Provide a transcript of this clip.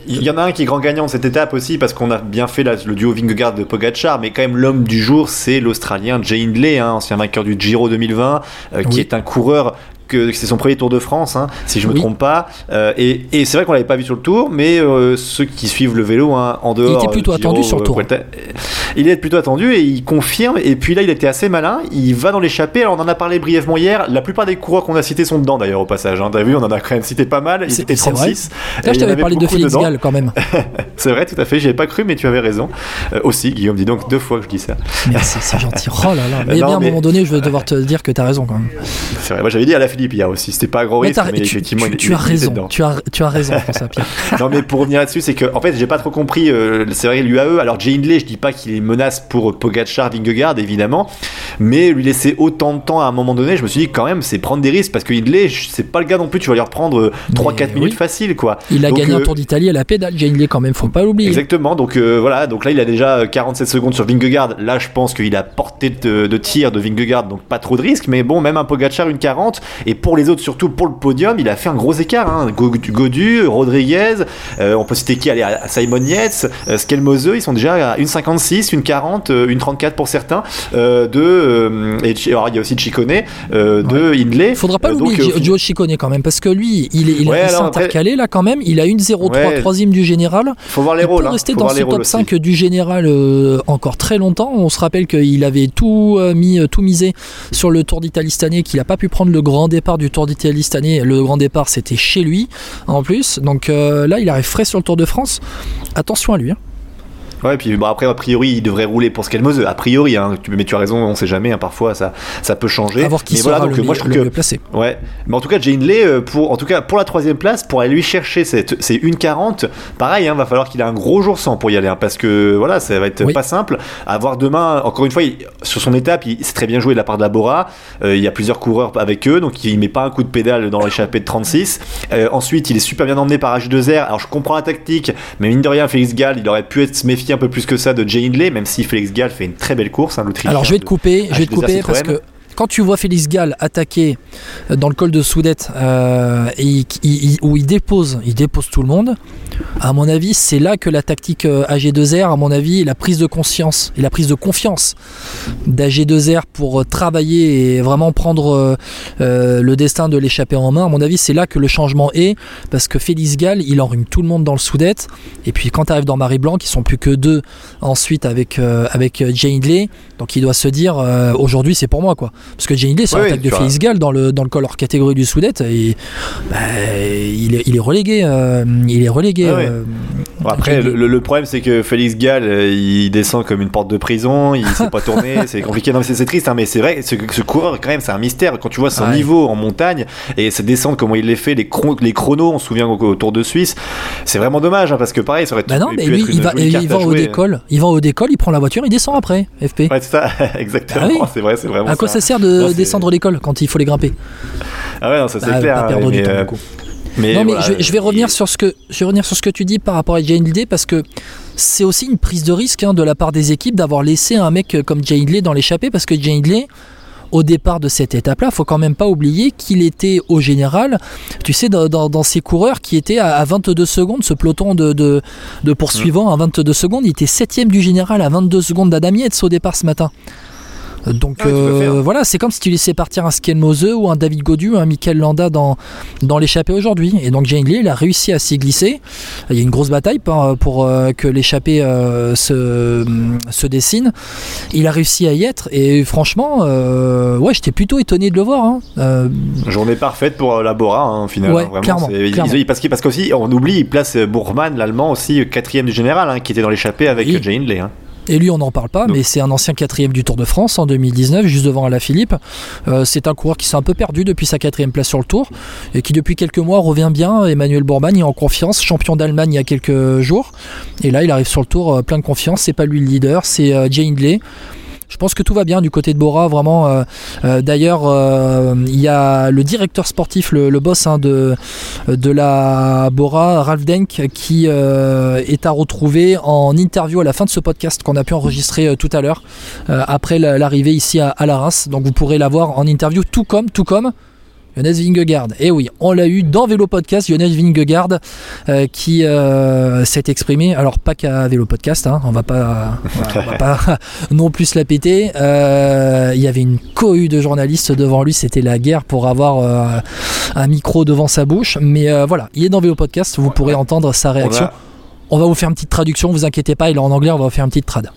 Il y en a un qui est grand gagnant de cette étape aussi parce qu'on a bien fait le duo Vingegaard de Pogačar, mais quand même l'homme du jour c'est l'Australien Jay Hindley, ancien vainqueur du Giro 2020, qui est un coureur que c'est son premier Tour de France, si je me trompe pas, et c'est vrai qu'on l'avait pas vu sur le Tour, mais ceux qui suivent le vélo en dehors, il était plutôt attendu sur le Tour. Il est plutôt attendu et il confirme. Et puis là, il était assez malin. Il va dans l'échappée. Alors on en a parlé brièvement hier. La plupart des coureurs qu'on a cités sont dedans d'ailleurs au passage. T'as vu, on en a quand même cité pas mal. Ils étaient 36. Là, je t'avais parlé de Félix Gall quand même. C'est vrai, tout à fait. J'y avais pas cru, mais tu avais raison. Aussi, Guillaume, dis donc 2 fois que je dis ça. Merci, c'est gentil. Oh là là. Mais bien à un moment donné, je vais devoir te dire que t'as raison quand même. C'est vrai. Moi, j'avais dit à la Philippe hier aussi. C'était pas un gros risque, mais effectivement, tu as raison. Tu as raison pour ça, Pierre. Non, mais pour revenir là-dessus, c'est que en fait, j'ai pas trop compris. C'est vrai, l'UAE. Alors, Jay Hindley, je dis pas qu'il est menace pour Pogačar, Vingegaard, évidemment, mais lui laisser autant de temps à un moment donné, je me suis dit quand même, c'est prendre des risques parce que Hindley, c'est pas le gars non plus. Tu vas lui reprendre 3-4 minutes facile, quoi. Il a gagné un Tour d'Italie à la pédale, Jay Hindley, quand même, faut pas l'oublier. Exactement. Donc voilà. Donc là, il a déjà 47 secondes sur Vingegaard. Là, je pense qu'il a porté de tir de Vingegaard, donc pas trop de risques. Mais bon, même un Pogačar, une 40. Et pour les autres, surtout pour le podium, il a fait un gros écart. Godu, Rodriguez, on peut citer qui? Allez, Simon Yates, Skelmose, ils sont déjà à une 56, une 40, une 34 pour certains. Alors il y a aussi Ciccone de Hindley. Faudra pas l'oublier, Joe Ciccone quand même, parce que lui, il est intercalé là quand même. Il a une 0,3 troisième du général. Faut voir les rôles. Il peut rester dans ce top 5 du général encore très longtemps. On se rappelle qu'il avait tout misé sur le Tour d'Italie cette année, qu'il a pas pu prendre le grand départ du Tour d'Italie cette année. Le grand départ, c'était chez lui en plus. Donc là, il arrive frais sur le Tour de France. Attention à lui. Ouais, puis après, a priori, il devrait rouler pour Skelmose. A priori, mais tu as raison, on sait jamais, parfois ça peut changer. À voir qui sera le mieux placé. Ouais, mais en tout cas, Jay Hindley, pour la 3e place, pour aller lui chercher c'est 1,40, pareil, va falloir qu'il ait un gros jour sans pour y aller, parce que voilà, ça va être pas simple. À voir demain, encore une fois, sur son étape, c'est très bien joué de la part de la Bora. Il y a plusieurs coureurs avec eux, donc il met pas un coup de pédale dans l'échappée de 36. Ensuite, il est super bien emmené par H2R. Alors, je comprends la tactique, mais mine de rien, Félix Gall, il aurait pu se méfier un peu plus que ça de Jay Hindley, même si Félix Gall fait une très belle course. Alors je vais te couper parce que quand tu vois Félix Gall attaquer dans le col de Soudette où il dépose tout le monde, à mon avis c'est là que la tactique AG2R, à mon avis, la prise de conscience et la prise de confiance d'AG2R pour travailler et vraiment prendre le destin de l'échappée en main, à mon avis c'est là que le changement est, parce que Félix Gall il enrhume tout le monde dans le Soudette, et puis quand tu arrives dans Marie-Blanc, ils sont plus que 2 ensuite avec Jay Hindley, donc il doit se dire aujourd'hui c'est pour moi, quoi. Parce que Jay Hindley, c'est l'attaque de Félix Gall dans le col hors catégorie du Soudette, et il est relégué. Bon, après, le problème, c'est que Félix Gall, il descend comme une porte de prison, il sait pas tourner, c'est compliqué. Non, mais c'est triste, mais c'est vrai, ce coureur, quand même, c'est un mystère. Quand tu vois son niveau en montagne et cette descente, comment il les fait, les chronos, on se souvient au Tour de Suisse, c'est vraiment dommage, parce que pareil, ça aurait lui, il va au décolle, il prend la voiture, il descend après, FP. Ouais, c'est ça, exactement. C'est vrai, c'est vraiment ça. À quoi ça sert de descendre l'école quand il faut les grimper? Ah ouais, non, ça c'est clair. Pas perdre du temps, du coup. Mais voilà, je vais revenir sur ce que tu dis par rapport à Jay Hindley, parce que c'est aussi une prise de risque de la part des équipes d'avoir laissé un mec comme Jay Hindley dans l'échappée, parce que Jay Hindley, au départ de cette étape-là, faut quand même pas oublier qu'il était au général, tu sais, dans ces coureurs qui étaient à 22 secondes, ce peloton de poursuivants à 22 secondes, il était 7ème du général à 22 secondes d'Adam Yates au départ ce matin. Donc voilà, c'est comme si tu laissais partir un Skelmose ou un David Godu, un Mikel Landa dans l'échappée aujourd'hui. Et donc Jay Hindley, il a réussi à s'y glisser. Il y a une grosse bataille pour que l'échappée se dessine. Il a réussi à y être, et franchement, j'étais plutôt étonné de le voir. Journée parfaite pour la Bora, finalement. Ouais, vraiment, clairement. Parce qu'aussi, on oublie, il place Bourman, l'Allemand, aussi 4ème du général, qui était dans l'échappée avec Jay Hindley. Et lui, on n'en parle pas, mais c'est un ancien 4ème du Tour de France en 2019, juste devant Alaphilippe. C'est un coureur qui s'est un peu perdu depuis sa 4ème place sur le Tour, et qui depuis quelques mois revient bien. Emmanuel Bourman est en confiance, champion d'Allemagne il y a quelques jours, et là il arrive sur le Tour plein de confiance. C'est pas lui le leader, c'est Jay Hindley. Je pense que tout va bien du côté de Bora, vraiment. D'ailleurs, il y a le directeur sportif, le boss de la Bora, Ralf Denk, qui est à retrouver en interview à la fin de ce podcast qu'on a pu enregistrer tout à l'heure, après l'arrivée ici à la Reims. Donc vous pourrez la voir en interview, tout comme Jonas Vingegaard. Et oui, on l'a eu dans Vélo Podcast, Jonas Vingegaard qui s'est exprimé, alors pas qu'à Vélo Podcast, hein, on va pas non plus se la péter. Il y avait une cohue de journalistes devant lui, c'était la guerre pour avoir un micro devant sa bouche. Mais voilà, il est dans Vélo Podcast, vous pourrez entendre sa réaction. On va vous faire une petite traduction, vous inquiétez pas, il est en anglais, on va vous faire une petite trad.